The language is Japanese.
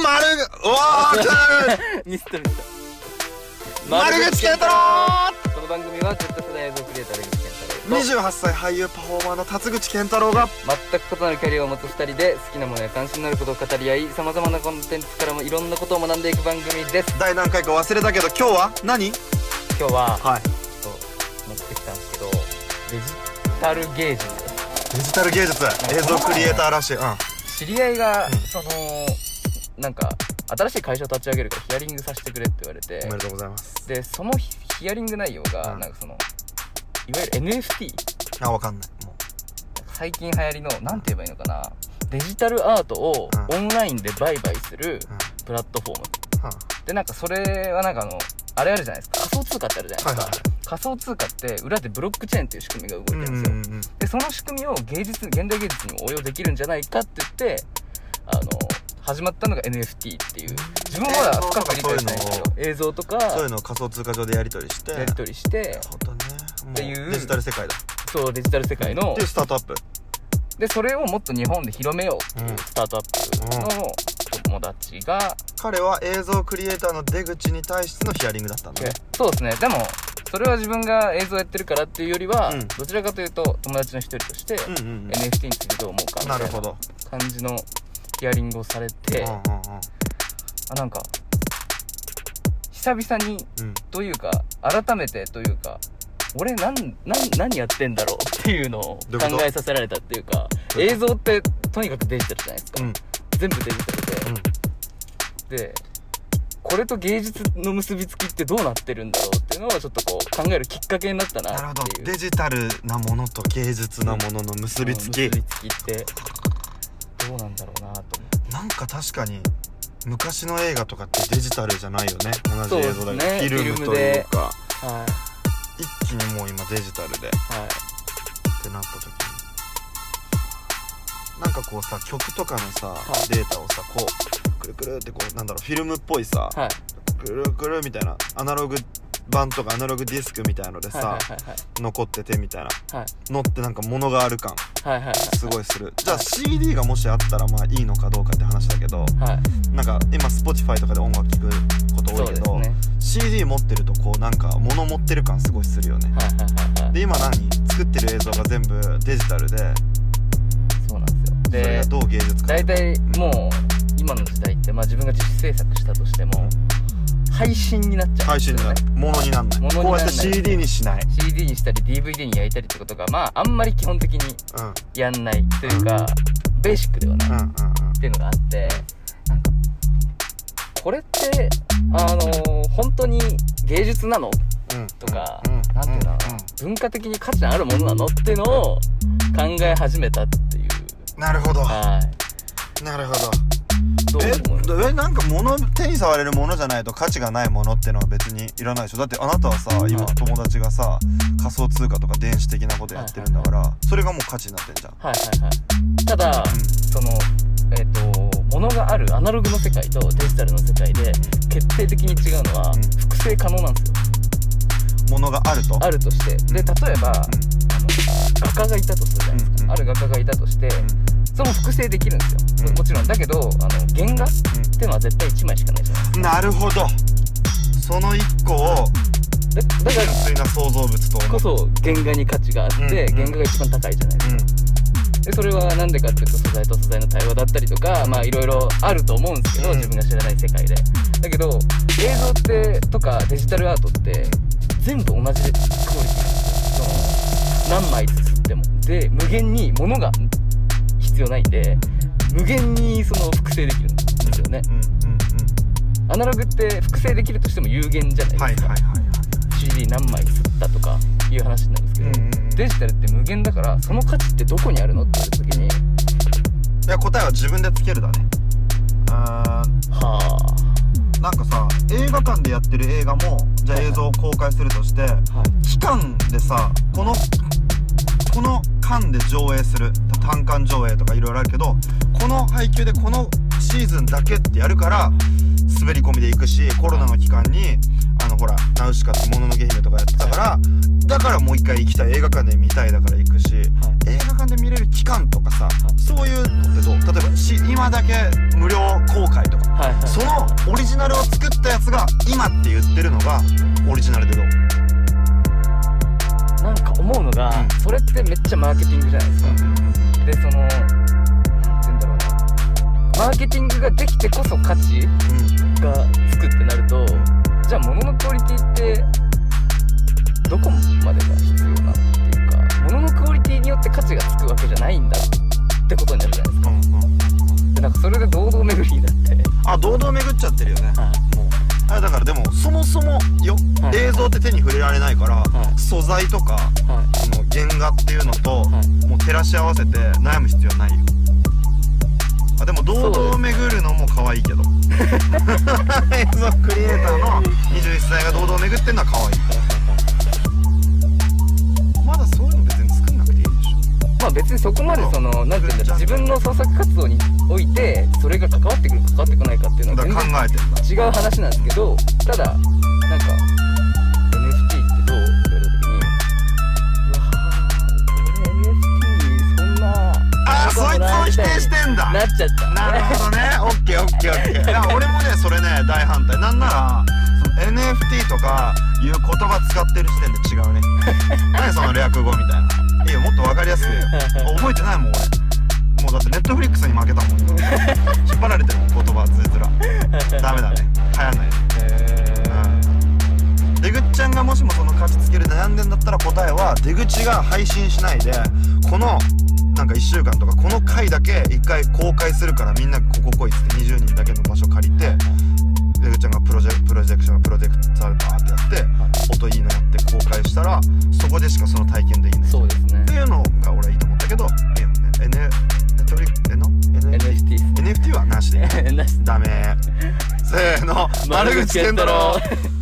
うわー来たミスったミスった。 丸口健太郎。 この番組は Z 世代映像クリエイター出口健太郎と 28歳俳優パフォーマーの辰口健太郎が全く異なるキャリアを持つ2人で好きなものや関心のあることを語り合い、さまざまなコンテンツからもいろんなことを学んでいく番組です。 第何回か忘れたけど、今日は何？ 今日は、 はい、 ちょっと持ってきたんですけど、デジタル芸術。 デジタル芸術、映像クリエイターらしい。 知り合いが、なんか新しい会社を立ち上げるからヒアリングさせてくれって言われて、 おめでとうございます。 でそのヒアリング内容が、なんかいわゆる NFT、 わかんない。もう最近流行りのなんて言えばいいのかな、デジタルアートをオンラインで売買するプラットフォーム、でなんかそれはなんかあれあるじゃないですか、仮想通貨ってあるじゃないですか、仮想通貨って裏でブロックチェーンっていう仕組みが動いてるんですよ。でその仕組みを現代芸術にも応用できるんじゃないかって言って始まったのが NFT っていう、自分は深く理解してないんですけど、映像とかそういうのを仮想通貨上でやり取りしてなるほどね、 っていうデジタル世界だ。 そう、デジタル世界のっていうスタートアップで、それをもっと日本で広めようっていうスタートアップの友達が、 彼は映像クリエイターの出口に対してのヒアリングだったんだね。 そうですね。でもそれは自分が映像やってるからっていうよりは、どちらかというと友達の一人として NFT についてどう思うかみたいな感じのヒアリングをされて、なんか久々にというか、改めてというか、俺何やってんだろうっていうのを考えさせられたっていうか、映像ってとにかくデジタルじゃないですか、全部デジタルで、でこれと芸術の結びつきってどうなってるんだろうっていうのをちょっとこう考えるきっかけになったなっていう。 なるほど。デジタルなものと芸術なものの結びつき、 結びつきってどうなんだろうなと思って。 なんか確かに昔の映画とかってデジタルじゃないよね。同じ映像だけど、 ね、 フィルムというか、一気にもう今デジタルで、ってなった時になんかこうさ、曲とかのさ、データをさ、こうくるくるってこうなんだろう、フィルムっぽいさ、くるくるみたいなアナログ版とかアナログディスクみたいのでさ、残っててみたいなのってなんか物がある感すごいする。じゃあ CD がもしあったらまあいいのかどうかって話だけど、なんか今 Spotify とかで音楽聴くこと多いけど、CD 持ってるとこうなんか物持ってる感すごいするよね。で今作ってる映像が全部デジタルで、 そうなんですよ。でそれがどう芸術か、 大体もう今の時代って、まあ自分が自主制作したとしても配信になっちゃうんですよね。配信になる。物になんない。こうやって CD にしない。CD にしたり DVD に焼いたりってことがまああんまり基本的にやんないというか、ベーシックではないっていうのがあって、なんかこれって本当に芸術なのとか、なんていうの、文化的に価値のあるものなのっていうのを考え始めたっていう。 なるほど。なるほど。なんか手に触れるものじゃないと価値がないものってのは別にいらないでしょ。だってあなたはさ、今友達がさ、仮想通貨とか電子的なことやってるんだから、それがもう価値になってんじゃん。 ただ、物があるアナログの世界とデジタルの世界で決定的に違うのは、複製可能なんですよ。 物があるとして。 で、例えば、画家がいたとするじゃないですか。ある画家がいたとして、その複製できるんですよ、もちろん。だけど原画っていうのは絶対1枚しかないじゃないですか。 なるほど。その1個をだから純粋な創造物とこそ原画に価値があって、原画が一番高いじゃないですか。でそれはなんでかっていうと、素材と素材の対話だったりとか、まあいろいろあると思うんですけど、自分が知らない世界で。だけど映像ってとかデジタルアートって全部同じクオリティなんですよ。何枚作っても。で無限に物が必要ないんで、無限にその複製できるんですよね。アナログって複製できるとしても有限じゃないですか。CD 何枚吸ったとかいう話になるんですけど、デジタルって無限だから、その価値ってどこにあるのって言った時に、 いや答えは自分でつけるだね。なんかさ、映画館でやってる映画もじゃあ映像を公開するとして、期間でさ、この間で上映する、単館上映とかいろいろあるけど、この配給でこのシーズンだけってやるから滑り込みで行くし、コロナの期間にほらナウシカってもののけ姫とかやってたから、だからもう一回行きたい、映画館で見たいだから行くし、映画館で見れる期間とかさ、そういうのってどう？例えば CD 今だけ無料公開とか、そのオリジナルを作ったやつが今って言ってるのがオリジナルでどう？ なんか思うのが、それってめっちゃマーケティングじゃないですか。でそのなんて言うんだろうな、マーケティングができてこそ価値がつくってなると、じゃあ物のクオリティってどこまでが必要なっていうか、物のクオリティによって価値がつくわけじゃないんだってことになるじゃないですか。でなんかそれで堂々巡りになって、 堂々巡っちゃってるよね。もうだからでもそもそもよ、映像って手に触れられないから、素材とか、その原画っていうのと、もう照らし合わせて悩む必要はないよ。でも堂々巡るのも可愛いけど映像クリエイターの21歳が堂々巡ってんのは可愛い。まだそういうの別に作んなくていいでしょ。 まあ別にそこまでそのなんていうんだろう、自分の創作活動においてそれが関わってくるか関わってこないかっていうのは全然考えてるんだ違う話なんですけど、ただなんか NFT ってどう言われた時に、うわ俺 NFT そんなそいつを否定してんだ。 なっちゃった。 なるほどね。オッケーオッケーオッケー。いや俺もねそれね大反対。なんならその NFT とかいう言葉使ってる時点で違うね何その略語みたいな。いいよもっと分かりやすく覚えてないもん俺。もうだってネットフリックスに負けたもん引っ張られてるもん言葉ついつらダメだね、流行んないね。出口ちゃんがもしもその価値つける悩んでんだったら、答えは出口が配信しないでこのなんか1週間とかこの回だけ1回公開するからみんなここ来いっつって20人だけの場所借りて、出口ちゃんがプロジェクターでバーってやって音いいのやって公開したらそこでしかその体験できない。 そうですね。 っていうのが俺はいいと思ったけど、いいよね。NFT はなしでいいダメせーの、丸口健太郎